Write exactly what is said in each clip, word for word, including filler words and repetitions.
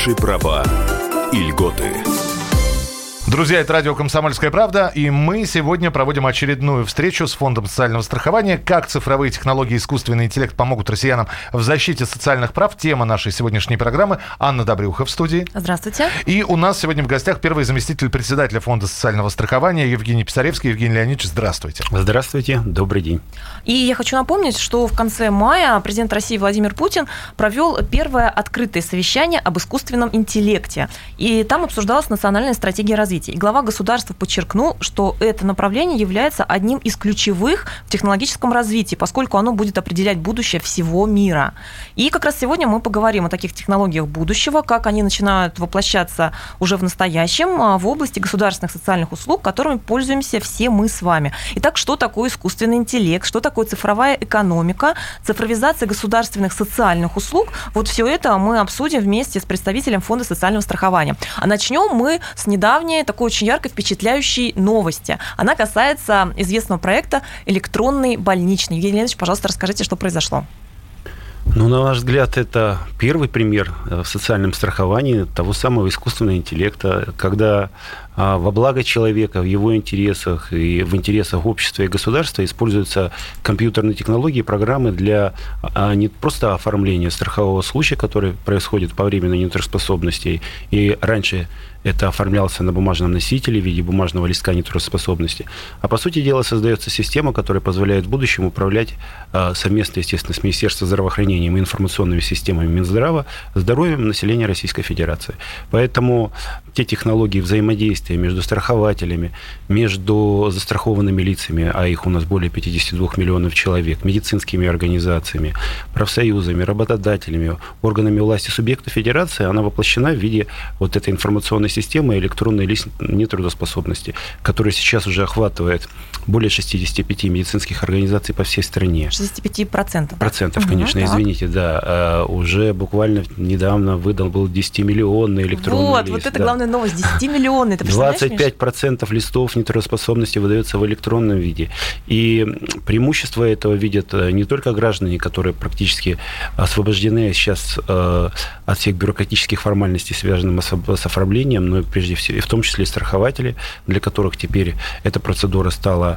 Ваши права и льготы. Друзья, это радио «Комсомольская правда», и мы сегодня проводим очередную встречу с Фондом социального страхования. Как цифровые технологии и искусственный интеллект помогут россиянам в защите социальных прав? Тема нашей сегодняшней программы. Анна Добрюха в студии. Здравствуйте. И у нас сегодня в гостях первый заместитель председателя Фонда социального страхования Евгений Писаревский. Евгений Леонидович, здравствуйте. Здравствуйте, добрый день. И я хочу напомнить, что в конце мая президент России Владимир Путин провел первое открытое совещание об искусственном интеллекте. И там обсуждалась национальная стратегия развития. И глава государства подчеркнул, что это направление является одним из ключевых в технологическом развитии, поскольку оно будет определять будущее всего мира. И как раз сегодня мы поговорим о таких технологиях будущего, как они начинают воплощаться уже в настоящем в области государственных социальных услуг, которыми пользуемся все мы с вами. Итак, что такое искусственный интеллект, что такое цифровая экономика, цифровизация государственных социальных услуг? Вот все это мы обсудим вместе с представителем Фонда социального страхования. А начнем мы с недавней такой очень ярко впечатляющей новости. Она касается известного проекта «Электронный больничный». Евгений Леонидович, пожалуйста, расскажите, что произошло. Ну, на наш взгляд, это первый пример в социальном страховании того самого искусственного интеллекта, когда во благо человека, в его интересах и в интересах общества и государства используются компьютерные технологии, программы для не просто оформления страхового случая, который происходит по временной нетрудоспособности, и раньше это оформлялся на бумажном носителе в виде бумажного листка нетрудоспособности. А по сути дела создается система, которая позволяет в будущем управлять совместно, естественно, с Министерством здравоохранения и информационными системами Минздрава здоровьем населения Российской Федерации. Поэтому те технологии взаимодействия между страхователями, между застрахованными лицами, а их у нас более пятьдесят два миллионов человек, медицинскими организациями, профсоюзами, работодателями, органами власти субъектов Федерации, она воплощена в виде вот этой информационной системы электронной лист нетрудоспособности, которая сейчас уже охватывает более шестьдесят пять медицинских организаций по всей стране. шестьдесят пять процентов. Процентов, конечно, угу, извините, да. А уже буквально недавно выдан был десятимиллионный электронный вот, лист. Вот, это да. главная новость, десятимиллионный. двадцать пять процентов листов нетрудоспособности выдается в электронном виде. И преимущество этого видят не только граждане, которые практически освобождены сейчас от всех бюрократических формальностей, связанных с оформлением, но и прежде всего, и в том числе и страхователи, для которых теперь эта процедура стала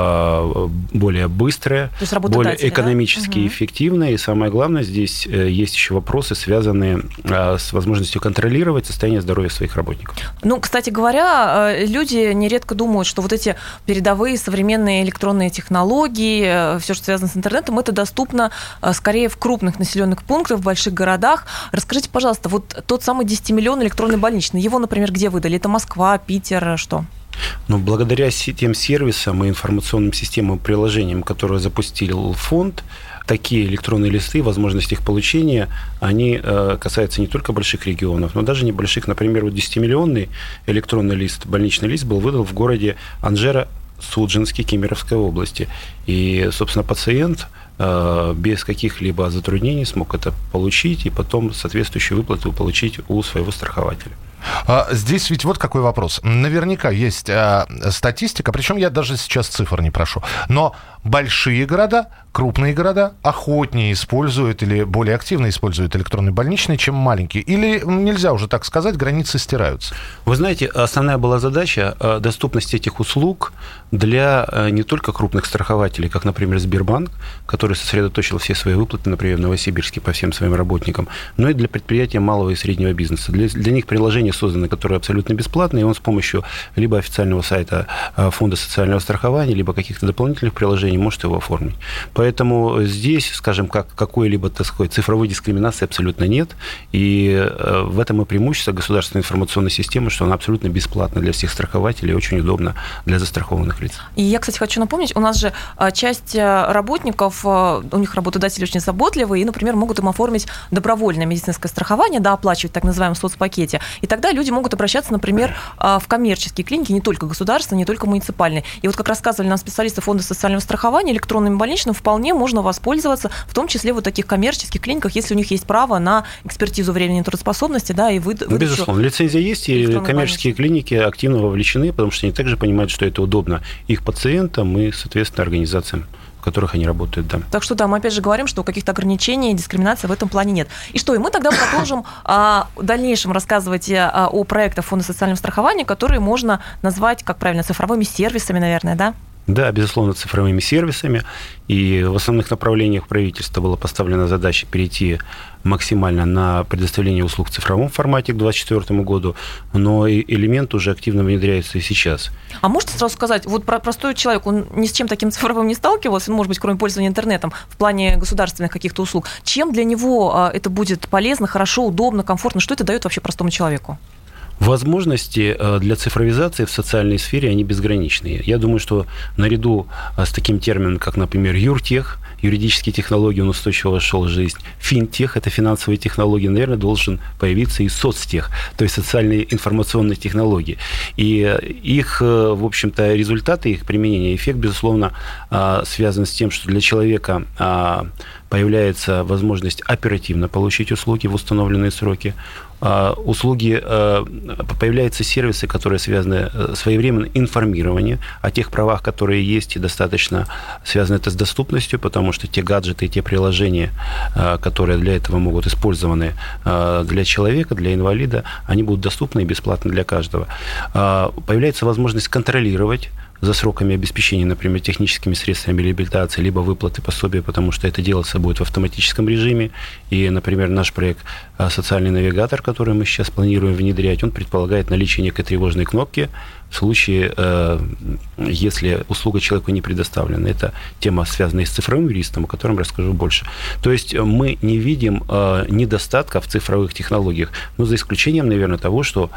более быстрая, более экономически, да, эффективная. И самое главное, здесь есть еще вопросы, связанные с возможностью контролировать состояние здоровья своих работников. Ну, кстати говоря, люди нередко думают, что вот эти передовые современные электронные технологии, все, что связано с интернетом, это доступно скорее в крупных населенных пунктах, в больших городах. Расскажите, пожалуйста, вот тот самый десятимиллионный электронный больничный, его, например, где выдали? Это Москва, Питер, что? Ну, благодаря тем сервисам и информационным системам, приложениям, которые запустил фонд, такие электронные листы, возможность их получения, они э, касаются не только больших регионов, но даже небольших. Например, вот десятимиллионный электронный лист, больничный лист был выдан в городе Анжеро-Судженске Кемеровской области. И, собственно, пациент э, без каких-либо затруднений смог это получить и потом соответствующую выплату получить у своего страхователя. Здесь ведь вот какой вопрос. Наверняка есть а, статистика, причем я даже сейчас цифр не прошу, но большие города, крупные города охотнее используют или более активно используют электронный больничный, чем маленькие. Или нельзя уже так сказать, границы стираются? Вы знаете, основная была задача доступность этих услуг для не только крупных страхователей, как, например, Сбербанк, который сосредоточил все свои выплаты, например, в Новосибирске по всем своим работникам, но и для предприятия малого и среднего бизнеса. Для, для них приложение созданы, которые абсолютно бесплатные, и он с помощью либо официального сайта Фонда социального страхования, либо каких-то дополнительных приложений может его оформить. Поэтому здесь, скажем, как какой-либо, так сказать, цифровой дискриминации абсолютно нет, и в этом и преимущество государственной информационной системы, что она абсолютно бесплатна для всех страхователей и очень удобна для застрахованных лиц. И я, кстати, хочу напомнить, у нас же часть работников, у них работодатели очень заботливые, и, например, могут им оформить добровольное медицинское страхование, да, оплачивать в так называемом соцпакете, и тогда люди могут обращаться, например, в коммерческие клиники, не только государственные, не только муниципальные. И вот как рассказывали нам специалисты Фонда социального страхования, электронным больничным вполне можно воспользоваться, в том числе в вот таких коммерческих клиниках, если у них есть право на экспертизу временной трудоспособности, да, и выд- выдачу. Безусловно, лицензия есть, и коммерческие больничных. Клиники активно вовлечены, потому что они также понимают, что это удобно их пациентам и, соответственно, организациям в которых они работают, да. Так что, да, мы опять же говорим, что каких-то ограничений, дискриминации в этом плане нет. И что, и мы тогда продолжим а, в дальнейшем рассказывать а, о проектах Фонда социального страхования, которые можно назвать, как правильно, цифровыми сервисами, наверное, да? Да, безусловно, цифровыми сервисами. И в основных направлениях правительства была поставлена задача перейти максимально на предоставление услуг в цифровом формате к две тысячи двадцать четвёртому году, но и элемент уже активно внедряется и сейчас. А можете сразу сказать, вот простой человек, он ни с чем таким цифровым не сталкивался, может быть, кроме пользования интернетом в плане государственных каких-то услуг. Чем для него это будет полезно, хорошо, удобно, комфортно? Что это дает вообще простому человеку? Возможности для цифровизации в социальной сфере, они безграничные. Я думаю, что наряду с таким термином, как, например, юртех, юридические технологии, он устойчиво вошел в жизнь. Финтех, это финансовые технологии, наверное, должен появиться и соцтех, то есть социальные информационные технологии. И их, в общем-то, результаты, их применения, эффект, безусловно, связан с тем, что для человека появляется возможность оперативно получить услуги в установленные сроки. Услуги, появляются сервисы, которые связаны с своевременным информированием о тех правах, которые есть, и достаточно связано это с доступностью, потому что те гаджеты и те приложения, которые для этого могут использованы для человека, для инвалида, они будут доступны и бесплатны для каждого. Появляется возможность контролировать за сроками обеспечения, например, техническими средствами реабилитации, либо выплаты пособия, потому что это делаться будет в автоматическом режиме. И, например, наш проект «Социальный навигатор», который мы сейчас планируем внедрять, он предполагает наличие некой тревожной кнопки в случае, если услуга человеку не предоставлена. Это тема, связанная с цифровым юристом, о котором расскажу больше. То есть мы не видим недостатка в цифровых технологиях, но за исключением, наверное, того, что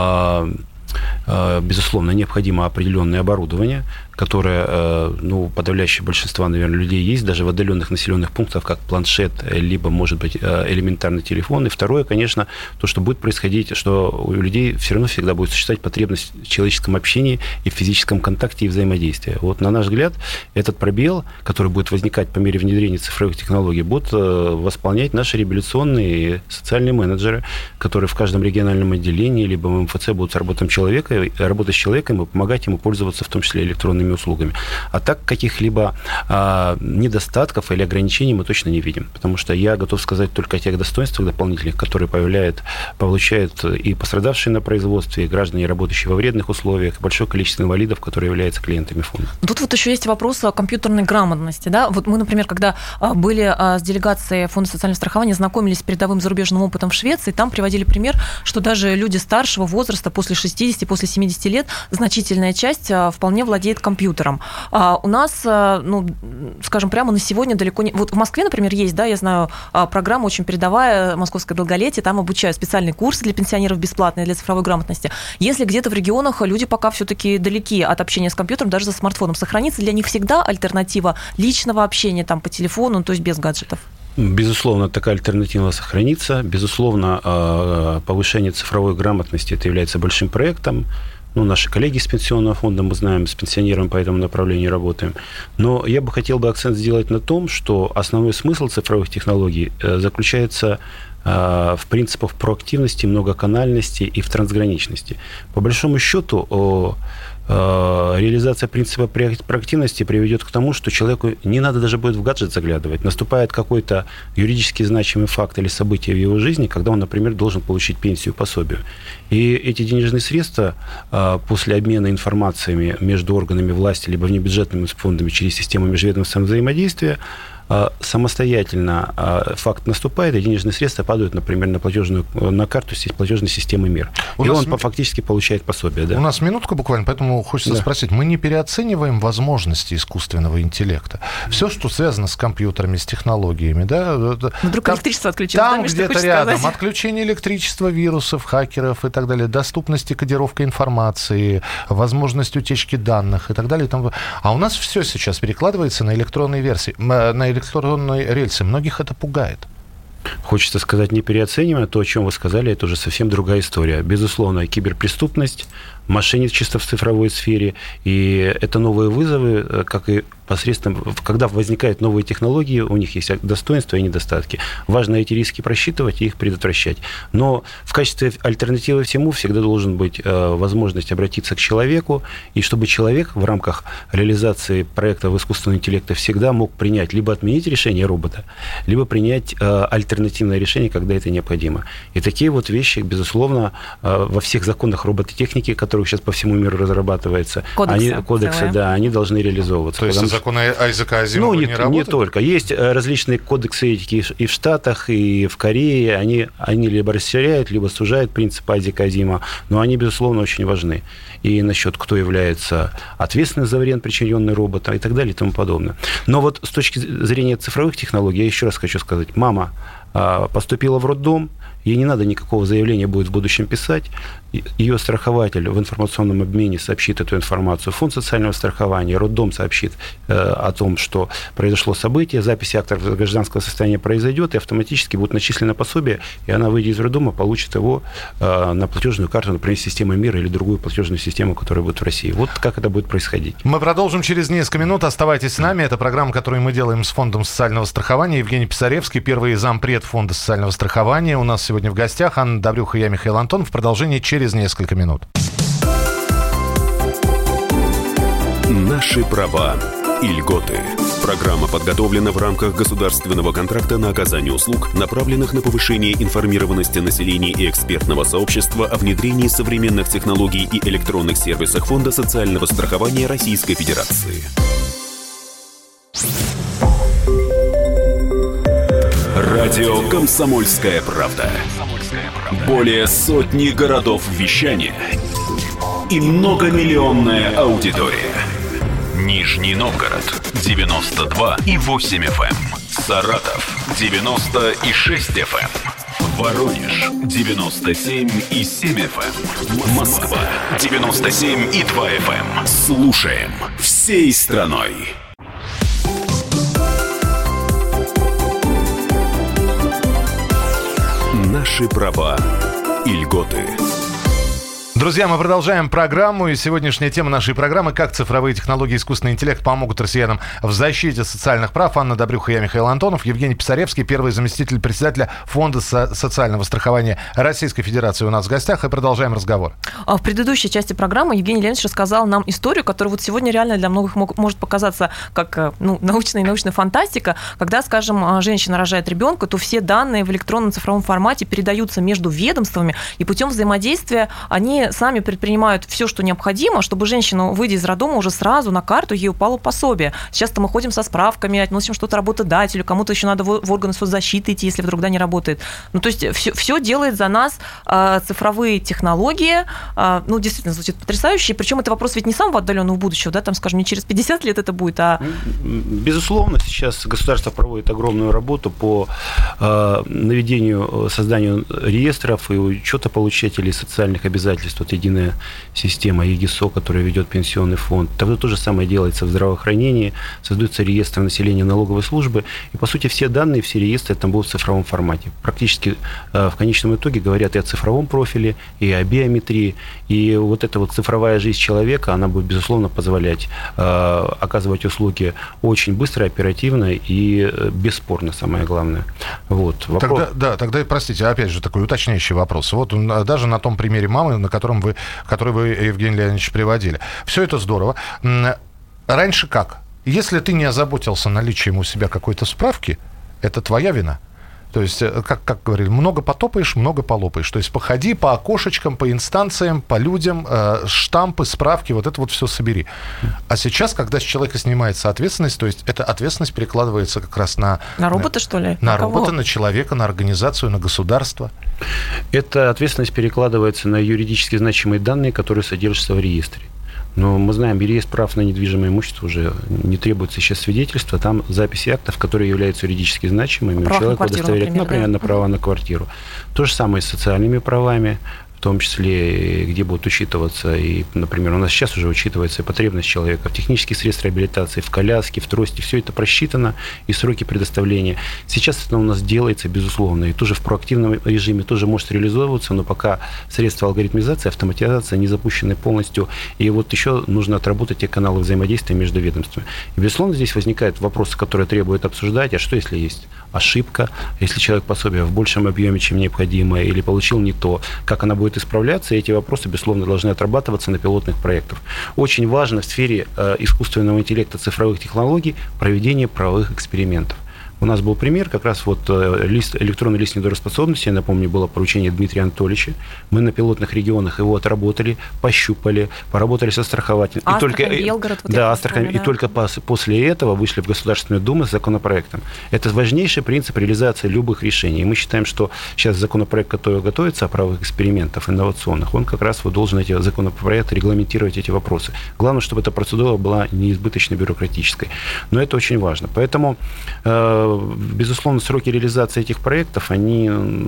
безусловно, необходимо определенное оборудование, которое, ну, подавляющее большинство, наверное, людей есть, даже в отдаленных населенных пунктах, как планшет, либо, может быть, элементарный телефон. И второе, конечно, то, что будет происходить, что у людей все равно всегда будет существовать потребность в человеческом общении и в физическом контакте и взаимодействии. Вот, на наш взгляд, этот пробел, который будет возникать по мере внедрения цифровых технологий, будут восполнять наши реабилитационные и социальные менеджеры, которые в каждом региональном отделении, либо в эм эф цэ будут с работой человека, работать с человеком и помогать ему пользоваться, в том числе, электронными услугами. А так каких-либо а, недостатков или ограничений мы точно не видим, потому что я готов сказать только о тех достоинствах дополнительных, которые появляют, получают и пострадавшие на производстве, и граждане, работающие во вредных условиях, и большое количество инвалидов, которые являются клиентами фонда. Тут вот еще есть вопрос о компьютерной грамотности. Да? Вот мы, например, когда были с делегацией Фонда социального страхования, знакомились с передовым зарубежным опытом в Швеции, там приводили пример, что даже люди старшего возраста, после шестидесяти, после семидесяти лет, значительная часть вполне владеет компьютером. компьютером. А у нас, ну, скажем, прямо на сегодня далеко не... Вот в Москве, например, есть, да, я знаю, программа очень передовая, «Московское долголетие», там обучают специальные курсы для пенсионеров бесплатные, для цифровой грамотности. Если где-то в регионах люди пока все-таки далеки от общения с компьютером, даже за смартфоном, сохранится для них всегда альтернатива личного общения там по телефону, то есть без гаджетов? Безусловно, такая альтернатива сохранится. Безусловно, повышение цифровой грамотности – это является большим проектом. Ну, наши коллеги с пенсионного фонда, мы знаем, с пенсионерами по этому направлению работаем. Но я бы хотел бы акцент сделать на том, что основной смысл цифровых технологий заключается в принципах проактивности, многоканальности и в трансграничности. По большому счету, реализация принципа проактивности приведет к тому, что человеку не надо даже будет в гаджет заглядывать. Наступает какой-то юридически значимый факт или событие в его жизни, когда он, например, должен получить пенсию, пособие. И эти денежные средства после обмена информациями между органами власти либо внебюджетными фондами через систему межведомственного взаимодействия самостоятельно факт наступает, и денежные средства падают, например, на платежную, на карту платежной системы МИР. У и он м... фактически получает пособие. Да? У нас минутка буквально, поэтому хочется да. спросить. Мы не переоцениваем возможности искусственного интеллекта. Все, что связано с компьютерами, с технологиями. Да? Вдруг там, электричество отключилось. Там да, где-то рядом сказать? Отключение электричества, вирусов, хакеров и так далее, доступность и кодировка информации, возможность утечки данных и так далее. А у нас все сейчас перекладывается на электронные версии, на электронные рельсы. Многих это пугает. Хочется сказать, не переоценивая то, о чем вы сказали, это уже совсем другая история. Безусловно, киберпреступность, мошенничество в цифровой сфере. И это новые вызовы, как и посредством, когда возникают новые технологии, у них есть достоинства и недостатки. Важно эти риски просчитывать и их предотвращать. Но в качестве альтернативы всему всегда должен быть возможность обратиться к человеку, и чтобы человек в рамках реализации проектов искусственного интеллекта всегда мог принять, либо отменить решение робота, либо принять альтернативное решение, когда это необходимо. И такие вот вещи, безусловно, во всех законах робототехники, которые сейчас по всему миру разрабатываются, кодексы, они, кодексы да, они должны реализовываться. То есть законы Айзека Азимова ну, не, не работают? Не только. Есть различные кодексы этики и в Штатах, и в Корее. Они, они либо расширяют, либо сужают принцип Айзека Азимова, но они, безусловно, очень важны. И насчет, кто является ответственным за вред, причиненный роботом, и так далее, и тому подобное. Но вот с точки зрения цифровых технологий, я еще раз хочу сказать, мама поступила в роддом, ей не надо никакого заявления будет в будущем писать. Ее страхователь в информационном обмене сообщит эту информацию. Фонд социального страхования, роддом сообщит э, о том, что произошло событие, запись актов гражданского состояния произойдет, и автоматически будет начислено пособие, и она, выйдя из роддома, получит его э, на платежную карту, например, системы МИР или другую платежную систему, которая будет в России. Вот как это будет происходить. Мы продолжим через несколько минут. Оставайтесь с нами. Это программа, которую мы делаем с Фондом социального страхования. Евгений Писаревский, первый зампред Фонда социального страхования. У нас сегодня в гостях Анна Добрюха и я, Михаил Антонов. В продолжении через несколько минут. Наши права и льготы. Программа подготовлена в рамках государственного контракта на оказание услуг, направленных на повышение информированности населения и экспертного сообщества о внедрении современных технологий и электронных сервисах Фонда социального страхования Российской Федерации. Радио «Комсомольская правда». Более сотни городов вещания и многомиллионная аудитория. Нижний Новгород девяносто два и восемь эф эм, Саратов девяносто и шесть эф эм, Воронеж девяносто семь и семь эф эм, Москва девяносто семь и два эф эм. Слушаем всей страной. Наши права и льготы. Друзья, мы продолжаем программу, и сегодняшняя тема нашей программы: как цифровые технологии и искусственный интеллект помогут россиянам в защите социальных прав. Анна Добрюха и я, Михаил Антонов. Евгений Писаревский, первый заместитель председателя Фонда со- социального страхования Российской Федерации, у нас в гостях, и продолжаем разговор. В предыдущей части программы Евгений Леонидович рассказал нам историю, которая вот сегодня реально для многих мог, может показаться как ну, научная и научная фантастика. Когда, скажем, женщина рожает ребенка, то все данные в электронном цифровом формате передаются между ведомствами, и путем взаимодействия они сами предпринимают все, что необходимо, чтобы женщина, выйдя из роддома, уже сразу на карту ей упало пособие. Сейчас-то мы ходим со справками, относим что-то работодателю, кому-то еще надо в органы соцзащиты идти, если вдруг да, не работает. Ну, то есть все, все делает за нас э, цифровые технологии. Э, ну, действительно, звучит потрясающе. Причем это вопрос ведь не самого отдаленного будущего, да, там, скажем, не через пятьдесят лет это будет, а... Безусловно, сейчас государство проводит огромную работу по э, наведению, созданию реестров и учета получателей социальных обязательств. Вот единая система ЕГИСО, которая ведет пенсионный фонд. Тогда то же самое делается в здравоохранении, создается реестр населения налоговой службы, и, по сути, все данные, все реестры там будут в цифровом формате. Практически в конечном итоге говорят и о цифровом профиле, и о биометрии, и вот эта вот цифровая жизнь человека, она будет, безусловно, позволять оказывать услуги очень быстро, оперативно и бесспорно, самое главное. Вот. Вопрос... Тогда, да, тогда, простите, опять же, такой уточняющий вопрос. Вот даже на том примере мамы, на котором вы, который вы, Евгений Леонидович, приводили. Все это здорово. Раньше как? Если ты не озаботился наличием у себя какой-то справки, это твоя вина. То есть, как, как говорили, много потопаешь, много полопаешь. То есть, походи по окошечкам, по инстанциям, по людям, э, штампы, справки, вот это вот все собери. А сейчас, когда с человека снимается ответственность, то есть, эта ответственность перекладывается как раз на... На робота, что ли? На, на робота, кого? На человека, на организацию, на государство. Эта ответственность перекладывается на юридически значимые данные, которые содержатся в реестре. Но мы знаем, реестр прав на недвижимое имущество уже не требуется сейчас свидетельства, там записи актов, которые являются юридически значимыми. Прав человек удостоверяет, например, например, да? на права на квартиру. То же самое с социальными правами. том числе, где будут учитываться, и, например, у нас сейчас уже учитывается и потребность человека в технических средствах реабилитации, в коляске, в трости, все это просчитано, и сроки предоставления. Сейчас это у нас делается, безусловно, и тоже в проактивном режиме тоже может реализовываться, но пока средства алгоритмизации, автоматизации не запущены полностью, и вот еще нужно отработать те каналы взаимодействия между ведомствами. И, безусловно, здесь возникают вопросы, которые требуют обсуждать, а что если есть ошибка, если человек пособие в большем объеме, чем необходимо, или получил не то, как она будет исправляться, и эти вопросы, безусловно, должны отрабатываться на пилотных проектах. Очень важно в сфере э, искусственного интеллекта, цифровых технологий проведение правовых экспериментов. У нас был пример, как раз вот лист, электронный лист недороспособности, я напомню, было поручение Дмитрия Анатольевича. Мы на пилотных регионах его отработали, пощупали, поработали со страхователем. Астрахань, и только, Белгород. Вот да, Астрахань. Да. И только пос, после этого вышли в Государственную Думу с законопроектом. Это важнейший принцип реализации любых решений. И мы считаем, что сейчас законопроект, который готовится о правовых экспериментах инновационных, он как раз вот должен эти законопроекты регламентировать эти вопросы. Главное, чтобы эта процедура была неизбыточно бюрократической. Но это очень важно. Поэтому безусловно, сроки реализации этих проектов, они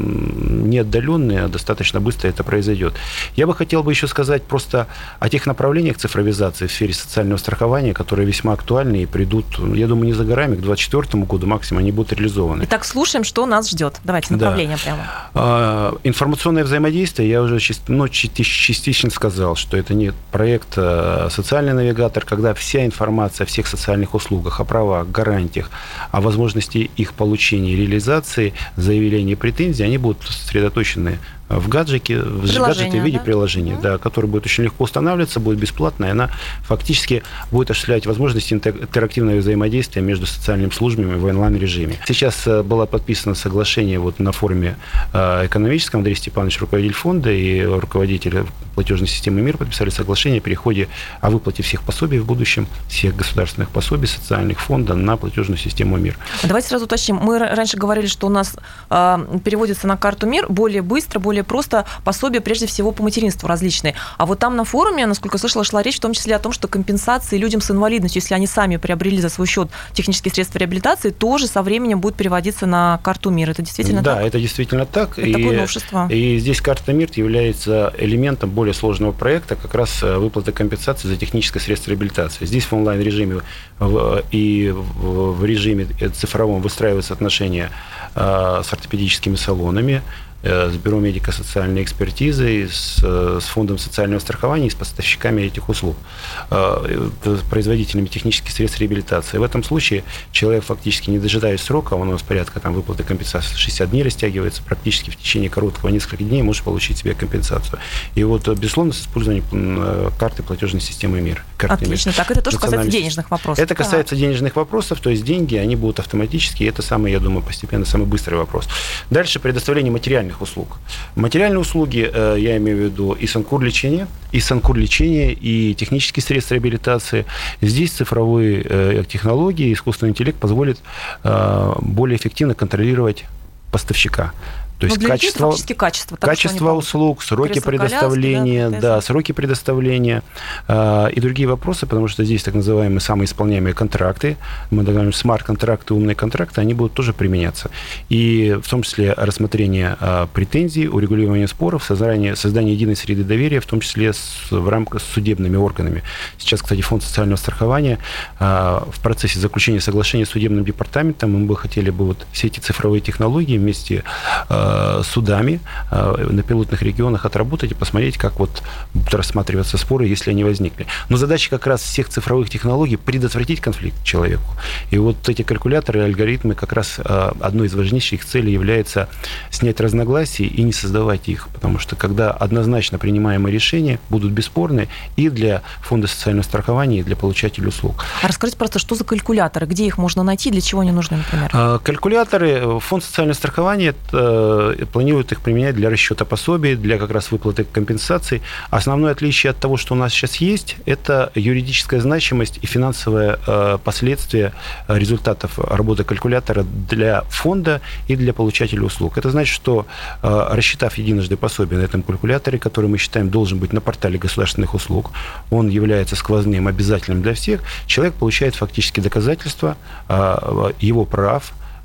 не отдаленные, а достаточно быстро это произойдет. Я бы хотел бы еще сказать просто о тех направлениях цифровизации в сфере социального страхования, которые весьма актуальны и придут, я думаю, не за горами, к две тысячи двадцать четвёртому году максимум они будут реализованы. Итак, слушаем, что нас ждет. Давайте направление да. прямо. Информационное взаимодействие, я уже ну, частично сказал, что это не проект «Социальный навигатор», когда вся информация о всех социальных услугах, о правах, гарантиях, о возможности их получения и реализации, заявления и претензий, они будут сосредоточены в гаджете, в гаджете в виде да? приложения, mm-hmm. да, которое будет очень легко устанавливаться, будет бесплатно, и она фактически будет осуществлять возможности интерактивного взаимодействия между социальными службами в онлайн-режиме. Сейчас было подписано соглашение вот на форуме экономическом, Андрей Степанович, руководитель фонда, и руководитель платежной системы МИР подписали соглашение о переходе о выплате всех пособий в будущем, всех государственных пособий социальных фонда на платежную систему МИР. Давайте сразу уточним. Мы раньше говорили, что у нас э, переводится на карту МИР более быстро, более просто пособия, прежде всего, по материнству различные. А вот там на форуме, насколько я слышала, шла речь в том числе о том, что компенсации людям с инвалидностью, если они сами приобрели за свой счет технические средства реабилитации, тоже со временем будут переводиться на карту МИР. Это действительно да, так? Да, это действительно так. Это и, такое новшество. И здесь карта МИР является элементом более сложного проекта, как раз выплаты компенсации за техническое средство реабилитации. Здесь в онлайн-режиме и в режиме цифровом выстраиваются отношения с ортопедическими салонами, с Бюро медико-социальной экспертизы, с, с Фондом социального страхования и с поставщиками этих услуг, производителями технических средств реабилитации. В этом случае человек фактически, не дожидаясь срока, он у нас порядка там, выплаты компенсации шестьдесят дней растягивается, практически в течение короткого нескольких дней может получить себе компенсацию. И вот, безусловно, с использованием карты платежной системы МИР. Отлично. МИР. Так, это тоже касается денежных вопросов. Это касается да. денежных вопросов, то есть деньги, они будут автоматически, и это самый, я думаю, постепенно самый быстрый вопрос. Дальше предоставление материальных услуг. Материальные услуги, я имею в виду и санкур лечения, и санкур лечения, и технические средства реабилитации. Здесь цифровые технологии, искусственный интеллект позволит более эффективно контролировать поставщика. То есть качество, качество, так, качество услуг, сроки предоставления, коляски, да, да, сроки предоставления э, и другие вопросы, потому что здесь так называемые самоисполняемые контракты, мы говорим смарт-контракты, умные контракты, они будут тоже применяться. И в том числе рассмотрение э, претензий, урегулирование споров, создание, создание единой среды доверия, в том числе с, в рамках с судебными органами. Сейчас, кстати, Фонд социального страхования э, в процессе заключения соглашения с судебным департаментом, мы бы хотели бы вот все эти цифровые технологии вместе э, судами на пилотных регионах отработать и посмотреть, как вот будут рассматриваться споры, если они возникли. Но задача как раз всех цифровых технологий предотвратить конфликт человеку. И вот эти калькуляторы, алгоритмы, как раз одной из важнейших целей является снять разногласия и не создавать их. Потому что когда однозначно принимаемые решения будут бесспорны и для Фонда социального страхования, и для получателей услуг. А расскажите просто, что за калькуляторы, где их можно найти, для чего они нужны, например? Калькуляторы, Фонд социального страхования планируют их применять для расчета пособий, для как раз выплаты компенсаций. Основное отличие от того, что у нас сейчас есть, это юридическая значимость и финансовые э, последствия результатов работы калькулятора для фонда и для получателей услуг. Это значит, что э, рассчитав единожды пособие на этом калькуляторе, который мы считаем должен быть на портале государственных услуг, он является сквозным, обязательным для всех, человек получает фактически доказательства э, его прав,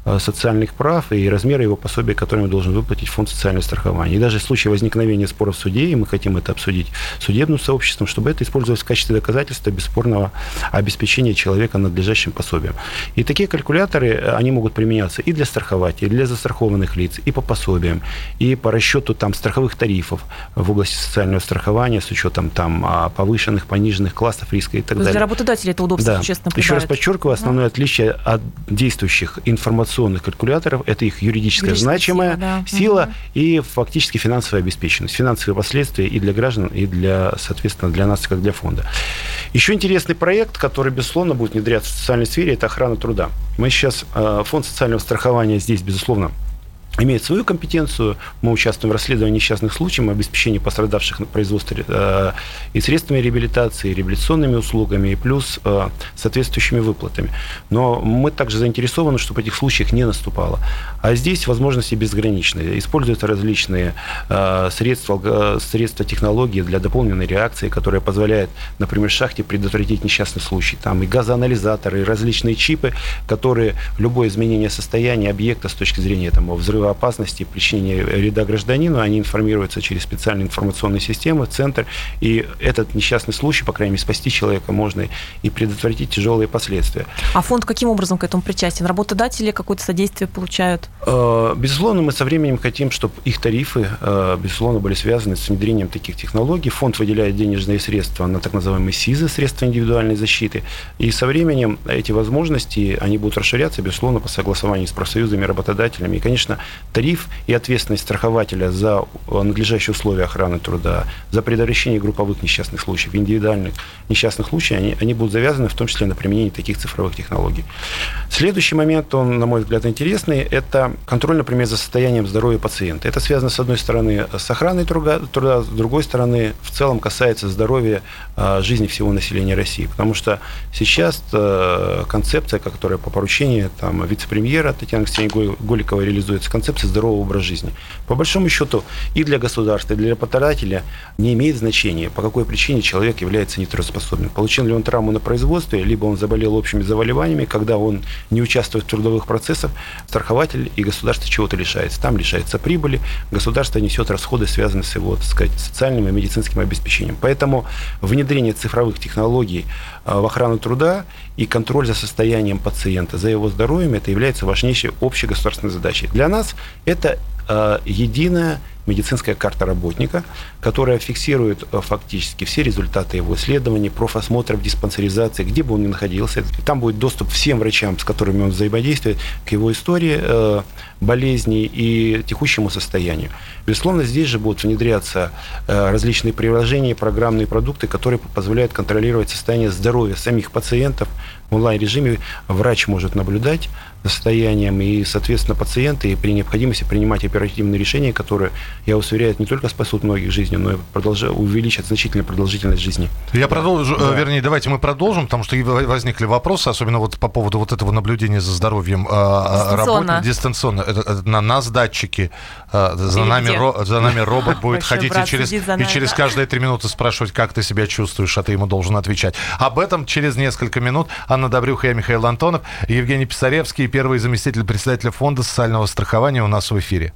социальных прав и размера его пособия, которое должен выплатить Фонд социального страхования. И даже в случае возникновения спора в суде, и мы хотим это обсудить судебным сообществом, чтобы это использовалось в качестве доказательства бесспорного обеспечения человека надлежащим пособием. И такие калькуляторы, они могут применяться и для страхователей, и для застрахованных лиц, и по пособиям, и по расчету там страховых тарифов в области социального страхования с учетом там повышенных, пониженных классов риска и так далее. Для работодателей это удобство да. существенно прибавит. Еще раз подчеркиваю, основное угу. отличие от действующих информационных калькуляторов – это их юридическая, юридическая значимая сила, да. сила угу. и фактически финансовая обеспеченность, финансовые последствия и для граждан, и для, соответственно, для нас, как для фонда. Еще интересный проект, который, безусловно, будет внедряться в социальной сфере – это охрана труда. Мы сейчас, Фонд социального страхования здесь, безусловно, имеет свою компетенцию. Мы участвуем в расследовании несчастных случаев, обеспечении пострадавших на производстве э, и средствами реабилитации, и реабилитационными услугами, и плюс э, соответствующими выплатами. Но мы также заинтересованы, чтобы этих случаев не наступало. А здесь возможности безграничные. Используются различные э, средства, э, средства, технологии для дополненной реакции, которые позволяют, например, шахте предотвратить несчастный случай. Там и газоанализаторы, и различные чипы, которые любое изменение состояния объекта с точки зрения там, взрыва опасности, причинения вреда гражданину, они информируются через специальные информационные системы, центр, и этот несчастный случай, по крайней мере, спасти человека можно и предотвратить тяжелые последствия. А фонд каким образом к этому причастен? Работодатели какое-то содействие получают? Безусловно, мы со временем хотим, чтобы их тарифы, безусловно, были связаны с внедрением таких технологий. Фонд выделяет денежные средства на так называемые СИЗы, средства индивидуальной защиты, и со временем эти возможности, они будут расширяться, безусловно, по согласованию с профсоюзами, работодателями, и, конечно, тариф и ответственность страхователя за надлежащие условия охраны труда, за предотвращение групповых несчастных случаев, индивидуальных несчастных случаев, они, они будут завязаны в том числе на применении таких цифровых технологий. Следующий момент, он, на мой взгляд, интересный, это контроль, например, за состоянием здоровья пациента. Это связано, с одной стороны, с охраной труда, труда, с другой стороны, в целом касается здоровья жизни всего населения России. Потому что сейчас концепция, которая по поручению там, вице-премьера Татьяны Алексеевны Голиковой реализуется, концепция здорового образа жизни. По большому счету, и для государства, и для работодателя не имеет значения, по какой причине человек является нетрудоспособным. Получил ли он травму на производстве, либо он заболел общими заболеваниями, когда он не участвует в трудовых процессах, страхователь и государство чего-то лишается. Там лишается прибыли, государство несет расходы, связанные с его, так сказать, социальным и медицинским обеспечением. Поэтому внедрение цифровых технологий в охрану труда и контроль за состоянием пациента, за его здоровьем, это является важнейшей общей государственной задачей. Для нас это э, единая медицинская карта работника, которая фиксирует фактически все результаты его исследований, профосмотров, диспансеризации, где бы он ни находился. Там будет доступ всем врачам, с которыми он взаимодействует, к его истории э, болезней и текущему состоянию. Безусловно, здесь же будут внедряться э, различные приложения, программные продукты, которые позволяют контролировать состояние здоровья самих пациентов. В онлайн-режиме врач может наблюдать за состоянием, и, соответственно, пациенты при необходимости принимать оперативные решения, которые, я вас уверяю, не только спасут многих жизней, но и продолжат, увеличат значительно продолжительность жизни. Я продолжу, да. вернее, давайте мы продолжим, потому что возникли вопросы, особенно вот по поводу вот этого наблюдения за здоровьем работников дистанционно. Это, это на нас датчики, за нами, ро, за нами робот будет ходить и через, и через каждые три минуты спрашивать, как ты себя чувствуешь, а ты ему должен отвечать. Об этом через несколько минут. Анна Добрюха, я Михаил Антонов, Евгений Писаревский, первый заместитель председателя Фонда социального страхования у нас в эфире.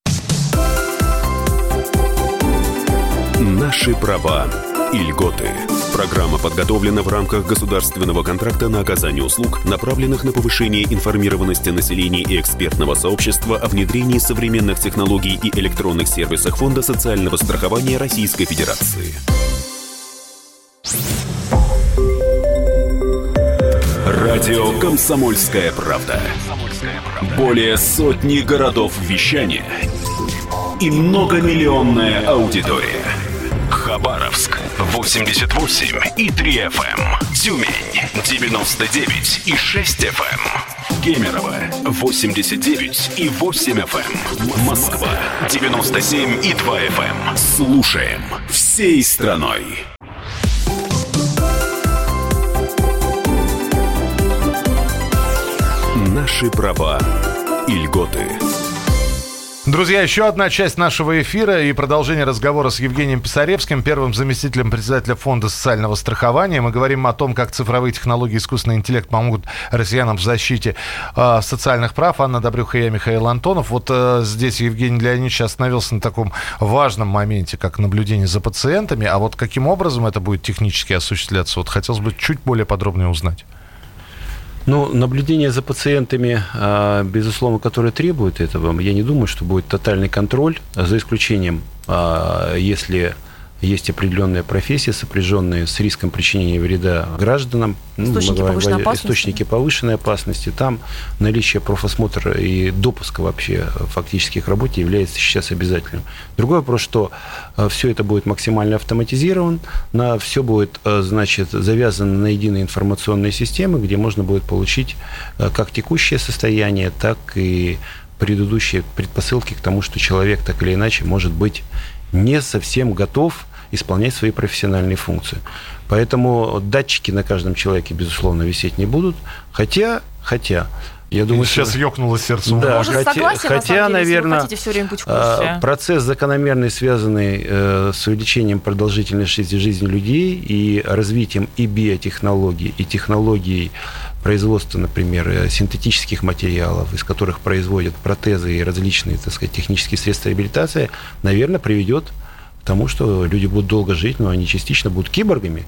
Наши права и льготы. Программа подготовлена в рамках государственного контракта на оказание услуг, направленных на повышение информированности населения и экспертного сообщества о внедрении современных технологий и электронных сервисах Фонда социального страхования Российской Федерации. Радио «Комсомольская правда». Более сотни городов вещания и многомиллионная аудитория. Хабаровск восемьдесят восемь и три эф эм, Тюмень девяносто девять и шесть эф эм, Кемерово восемьдесят девять и восемь эф эм, Москва девяносто семь и два эф эм. Слушаем всей страной. Наши права и льготы. Друзья, еще одна часть нашего эфира и продолжение разговора с Евгением Писаревским, первым заместителем председателя Фонда социального страхования. Мы говорим о том, как цифровые технологии и искусственный интеллект помогут россиянам в защите э, социальных прав. Анна Добрюха и я, Михаил Антонов. Вот э, здесь Евгений Леонидович остановился на таком важном моменте, как наблюдение за пациентами. А вот каким образом это будет технически осуществляться? Вот хотелось бы чуть более подробнее узнать. Ну, наблюдение за пациентами, безусловно, которые требуют этого, я не думаю, что будет тотальный контроль, за исключением, если есть определенные профессии, сопряженные с риском причинения вреда гражданам. Источники, ну, повышенной, говорим, опасности. источники повышенной опасности. Там наличие профосмотра и допуска вообще фактически к работе является сейчас обязательным. Другой вопрос, что все это будет максимально автоматизировано, на все будет, значит, завязано на единые информационные системы, где можно будет получить как текущее состояние, так и предыдущие предпосылки к тому, что человек так или иначе может быть не совсем готов исполнять свои профессиональные функции. Поэтому датчики на каждом человеке, безусловно, висеть не будут. Хотя, хотя, я думаю, сейчас что... ёкнуло сердце. Да, Может, хотя, согласен, хотя, на самом деле, наверное, если вы хотите все время быть в курсе. процесс закономерный, связанный э, с увеличением продолжительности жизни людей и развитием и биотехнологий, и технологий производства, например, синтетических материалов, из которых производят протезы и различные, так сказать, технические средства реабилитации, наверное, приведет к тому, что люди будут долго жить, но они частично будут киборгами.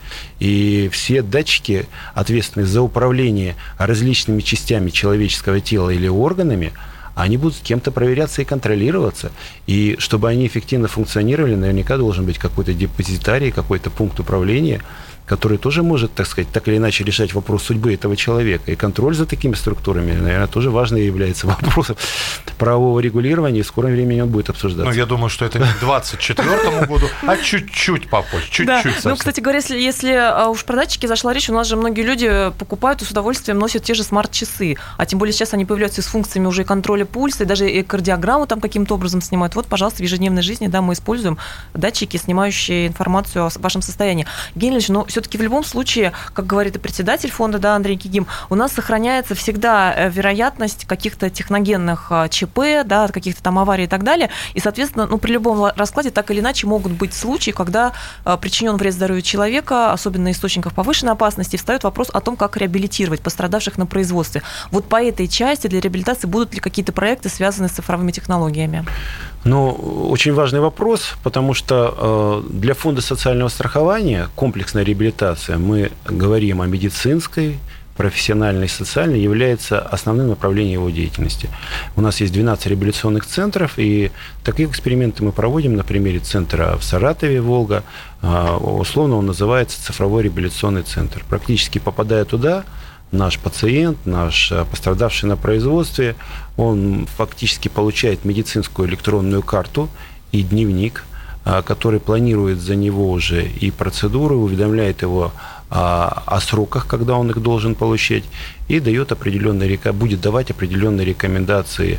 И все датчики, ответственные за управление различными частями человеческого тела или органами, они будут кем-то проверяться и контролироваться. И чтобы они эффективно функционировали, наверняка должен быть какой-то депозитарий, какой-то пункт управления, который тоже может, так сказать, так или иначе решать вопрос судьбы этого человека. И контроль за такими структурами, наверное, тоже важным является вопросом правового регулирования, и в скором времени он будет обсуждаться. Ну, я думаю, что это не к двадцать четвёртому году, а чуть-чуть попозже, чуть-чуть Да. совсем. Ну, кстати говоря, если, если уж про датчики зашла речь, у нас же многие люди покупают и с удовольствием носят те же смарт-часы, а тем более сейчас они появляются с функциями уже и контроля пульса, и даже и кардиограмму там каким-то образом снимают. Вот, пожалуйста, в ежедневной жизни, да, мы используем датчики, снимающие информацию о вашем состоянии. Евгений Ильич, но все-таки в любом случае, как говорит и председатель фонда, да, Андрей Кигим, у нас сохраняется всегда вероятность каких-то техногенных ЧП, да, каких-то там аварий и так далее. И, соответственно, ну, при любом раскладе так или иначе могут быть случаи, когда причинен вред здоровью человека, особенно на источниках повышенной опасности, встает вопрос о том, как реабилитировать пострадавших на производстве. Вот по этой части для реабилитации будут ли какие-то проекты, связанные с цифровыми технологиями? Ну, очень важный вопрос, потому что для Фонда социального страхования комплексная реабилитация, мы говорим о медицинской, профессиональной, социальной, является основным направлением его деятельности. У нас есть двенадцать реабилитационных центров, и такие эксперименты мы проводим на примере центра в Саратове, Волга. Условно он называется цифровой реабилитационный центр. Практически попадая туда, наш пациент, наш пострадавший на производстве, он фактически получает медицинскую электронную карту и дневник, который планирует за него уже и процедуры, уведомляет его о, о сроках, когда он их должен получить, и дает определенные, будет давать определенные рекомендации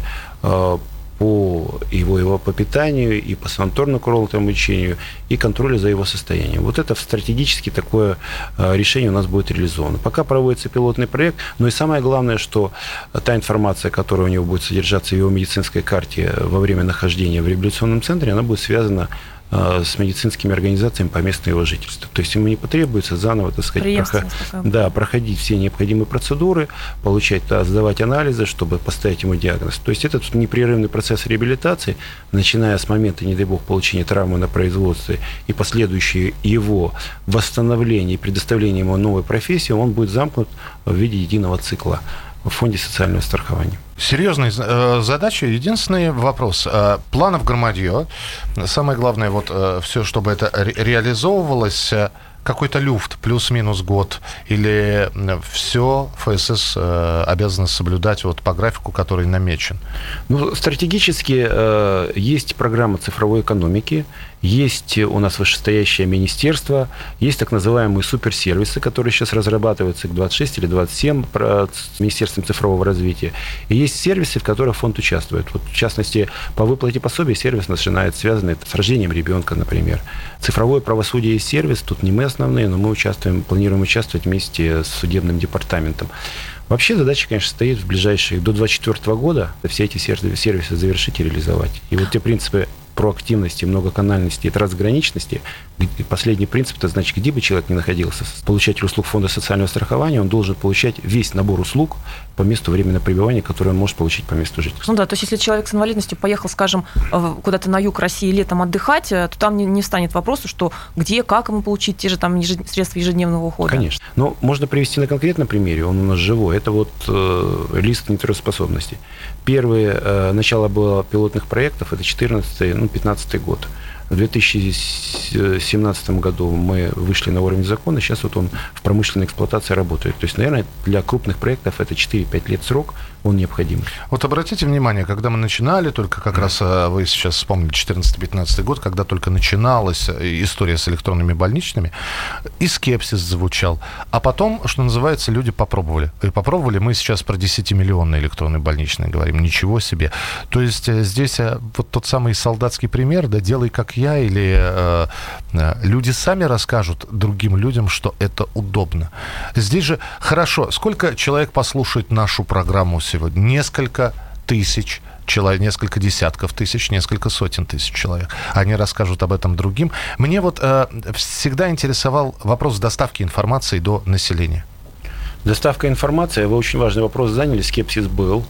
по его, его по питанию и по санаторно-курортному лечению и контролю за его состоянием. Вот это стратегически такое решение у нас будет реализовано. Пока проводится пилотный проект, но и самое главное, что та информация, которая у него будет содержаться в его медицинской карте во время нахождения в реабилитационном центре, она будет связана с медицинскими организациями по месту его жительства. То есть ему не потребуется заново, так сказать, проход... да, проходить все необходимые процедуры, получать, да, сдавать анализы, чтобы поставить ему диагноз. То есть этот непрерывный процесс реабилитации, начиная с момента, не дай бог, получения травмы на производстве и последующее его восстановление и предоставление ему новой профессии, он будет замкнут в виде единого цикла в Фонде социального страхования. Серьезная э, задача. Единственный вопрос. Э, планов громадье. Самое главное, вот э, все, чтобы это ре- реализовывалось, э, какой-то люфт, плюс-минус год, или все ФСС э, обязаны соблюдать вот по графику, который намечен? Ну, стратегически э, есть программа цифровой экономики, есть у нас вышестоящее министерство, есть так называемые суперсервисы, которые сейчас разрабатываются к двадцать шесть или двадцать семь с Министерством цифрового развития. И есть сервисы, в которых фонд участвует. Вот, в частности, по выплате пособий сервис начинает связанный с рождением ребенка, например. Цифровое правосудие и сервис, тут не мы основные, но мы участвуем, планируем участвовать вместе с судебным департаментом. Вообще задача, конечно, стоит в ближайшие до двадцать четвёртого года все эти сервисы завершить и реализовать. И вот те принципы проактивности, многоканальности и трансграничности. Последний принцип, это значит, где бы человек ни находился, получатель услуг фонда социального страхования, он должен получать весь набор услуг по месту временного пребывания, который он может получить по месту жительства. Ну да, то есть если человек с инвалидностью поехал, скажем, куда-то на юг России летом отдыхать, то там не, не встанет вопроса, что где, как ему получить те же там ежед... средства ежедневного ухода. Конечно. Но можно привести на конкретном примере, он у нас живой. Это вот э, лист нетрудоспособности. Первое э, начало было пилотных проектов, это четырнадцатый, ну, пятнадцатый год. В две тысячи семнадцатом году мы вышли на уровень закона, сейчас вот он в промышленной эксплуатации работает. То есть, наверное, для крупных проектов это четыре-пять лет срок, он необходим. Вот обратите внимание, когда мы начинали, только как mm. раз вы сейчас вспомнили четырнадцатый-пятнадцатый год, когда только начиналась история с электронными больничными, и скепсис звучал. А потом, что называется, люди попробовали. И попробовали, мы сейчас про десятимиллионные электронные больничные говорим, ничего себе. То есть здесь вот тот самый солдатский пример, да, делай как я, или э, люди сами расскажут другим людям, что это удобно. Здесь же хорошо. Сколько человек послушает нашу программу сегодня? Несколько тысяч человек, несколько десятков тысяч, несколько сотен тысяч человек. Они расскажут об этом другим. Мне вот э, всегда интересовал вопрос доставки информации до населения. Доставка информации, вы очень важный вопрос заняли, скепсис был.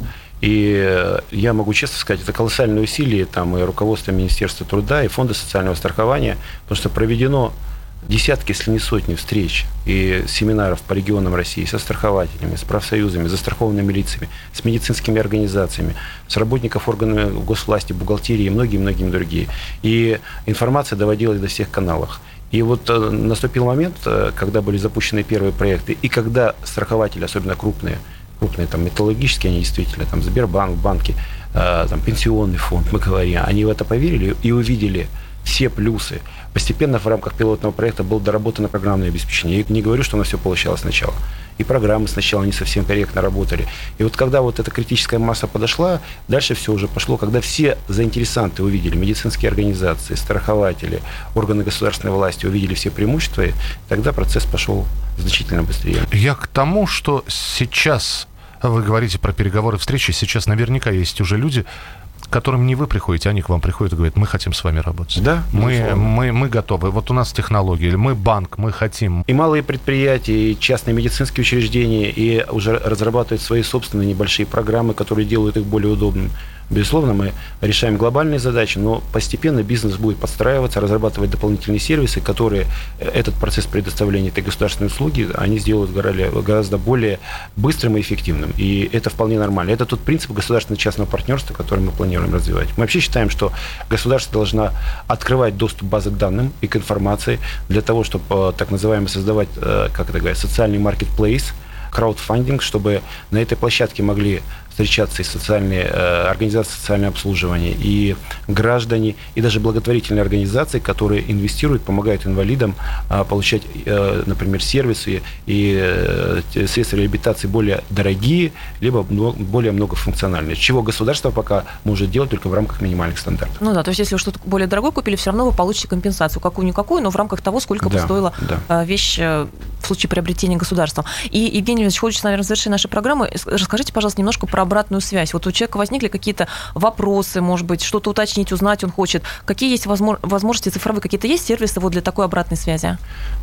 И я могу честно сказать, это колоссальные усилия там, и руководства Министерства труда, и Фонда социального страхования, потому что проведено десятки, если не сотни встреч и семинаров по регионам России со страхователями, с профсоюзами, застрахованными лицами, с медицинскими организациями, с работников органов госвласти, бухгалтерии и многие-многие другие. И информация доводилась до всех каналов. И вот наступил момент, когда были запущены первые проекты, и когда страхователи, особенно крупные, крупные, там, металлургические, они действительно, там, Сбербанк, банки, э, там, пенсионный фонд, мы говорим, они в это поверили и увидели все плюсы. Постепенно в рамках пилотного проекта было доработано программное обеспечение. Я не говорю, что оно все получалось сначала. И программы сначала не совсем корректно работали. И вот когда вот эта критическая масса подошла, дальше все уже пошло, когда все заинтересанты увидели, медицинские организации, страхователи, органы государственной власти увидели все преимущества, тогда процесс пошел значительно быстрее. Я к тому, что сейчас, вы говорите про переговоры, встречи, сейчас наверняка есть уже люди, к которым не вы приходите, они к вам приходят и говорят, мы хотим с вами работать. Да, мы, мы, мы готовы. Вот у нас технологии, мы банк, мы хотим. И малые предприятия, и частные медицинские учреждения, и уже разрабатывают свои собственные небольшие программы, которые делают их более удобными. Безусловно, мы решаем глобальные задачи, но постепенно бизнес будет подстраиваться, разрабатывать дополнительные сервисы, которые этот процесс предоставления этой государственной услуги, они сделают гораздо более быстрым и эффективным. И это вполне нормально. Это тот принцип государственно-частного партнерства, который мы планируем развивать. Мы вообще считаем, что государство должно открывать доступ к базам данным и к информации для того, чтобы так называемо создавать, как это говорят, социальный маркетплейс, краудфандинг, чтобы на этой площадке могли встречаться и социальные э, организации социального обслуживания, и граждане, и даже благотворительные организации, которые инвестируют, помогают инвалидам э, получать, э, например, сервисы и э, средства реабилитации более дорогие, либо более многофункциональные, чего государство пока может делать только в рамках минимальных стандартов. Ну да, то есть если вы что-то более дорогое купили, все равно вы получите компенсацию, какую-никакую, но в рамках того, сколько да, бы стоила да. вещь в случае приобретения государством. И, Евгений Ильич, хочется, наверное, завершить нашу программу. Расскажите, пожалуйста, немножко про обратную связь. Вот у человека возникли какие-то вопросы, может быть, что-то уточнить, узнать он хочет. Какие есть возможности цифровые, какие-то есть сервисы вот для такой обратной связи?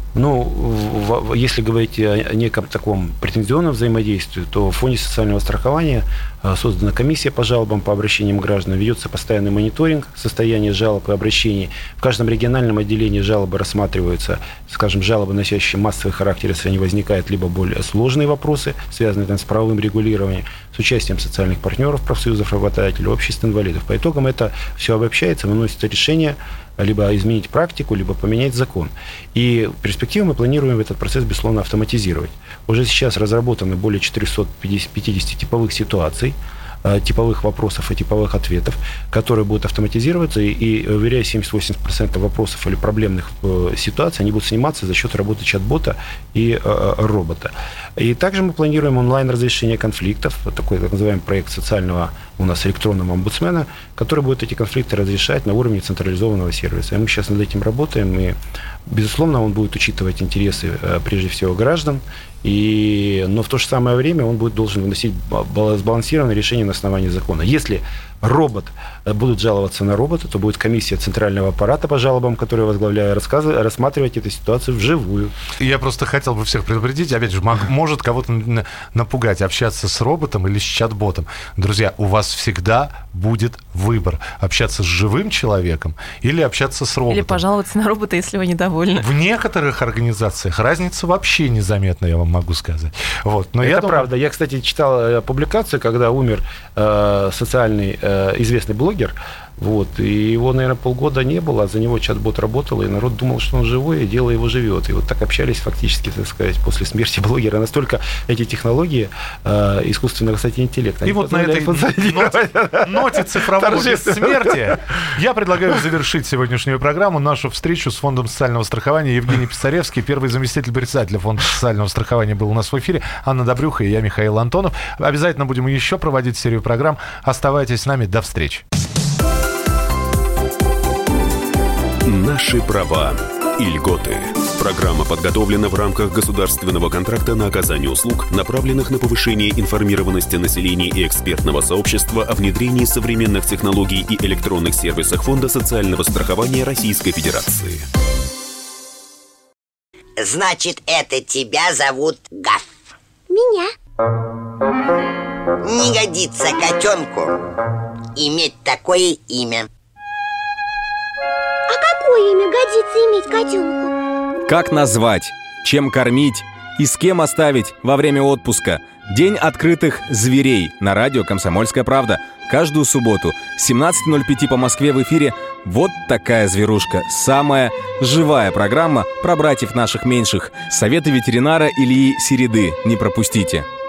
Ну, если говорить о неком таком претензионном взаимодействии, то в Фонде социального страхования создана комиссия по жалобам, по обращениям граждан, ведется постоянный мониторинг состояния жалоб и обращений. В каждом региональном отделении жалобы рассматриваются, скажем, жалобы, носящие массовый характер, если они возникают, либо более сложные вопросы, связанные там, с правовым регулированием, с участием социальных партнеров, профсоюзов работодателей, обществ инвалидов. По итогам это все обобщается, выносится решение либо изменить практику, либо поменять закон. И в перспективе мы планируем этот процесс, безусловно, автоматизировать. Уже сейчас разработаны более четыреста пятьдесят типовых ситуаций, типовых вопросов и типовых ответов, которые будут автоматизироваться, и, и уверяю, семьдесят-восемьдесят процентов вопросов или проблемных ситуаций, они будут сниматься за счет работы чат-бота и э, робота. И также мы планируем онлайн-разрешение конфликтов, такой так называемый проект социального у нас электронного омбудсмена, который будет эти конфликты разрешать на уровне централизованного сервиса. И мы сейчас над этим работаем, и, безусловно, он будет учитывать интересы, прежде всего, граждан, и, но в то же самое время он будет должен выносить сбалансированное решение на основании закона. Если робот, будут жаловаться на робота, то будет комиссия центрального аппарата по жалобам, которую я возглавляю, рассматривать эту ситуацию вживую. Я просто хотел бы всех предупредить, опять же, может кого-то напугать, общаться с роботом или с чат-ботом. Друзья, у вас всегда будет выбор: общаться с живым человеком или общаться с роботом. Или пожаловаться на робота, если вы недовольны. В некоторых организациях разница вообще незаметна, я вам могу сказать. Вот. Но это я правда. думаю... Я, кстати, читал публикацию, когда умер э, социальный э, известный блогер, вот, и его, наверное, полгода не было, а за него чат-бот работал, и народ думал, что он живой, и дело его живет. И вот так общались фактически, так сказать, после смерти блогера. Настолько эти технологии э, искусственного, кстати, интеллекта. И вот на этой ноте, ноте цифрового бессмертия я предлагаю завершить сегодняшнюю программу, нашу встречу с Фондом социального страхования. Евгений Писаревский, первый заместитель председателя Фонда социального страхования, был у нас в эфире. Анна Добрюха и я, Михаил Антонов. Обязательно будем еще проводить серию программ. Оставайтесь с нами. До встречи. Наши права и льготы. Программа подготовлена в рамках государственного контракта на оказание услуг, направленных на повышение информированности населения и экспертного сообщества о внедрении современных технологий и электронных сервисах Фонда социального страхования Российской Федерации. Значит, это тебя зовут Гав? Меня. Не годится котенку иметь такое имя. А какое имя годится иметь котенку? Как назвать, чем кормить и с кем оставить во время отпуска? День открытых зверей на радио «Комсомольская правда». Каждую субботу с семнадцати ноль пять по Москве в эфире «Вот такая зверушка». Самая живая программа про братьев наших меньших. Советы ветеринара Ильи Середы. Не пропустите.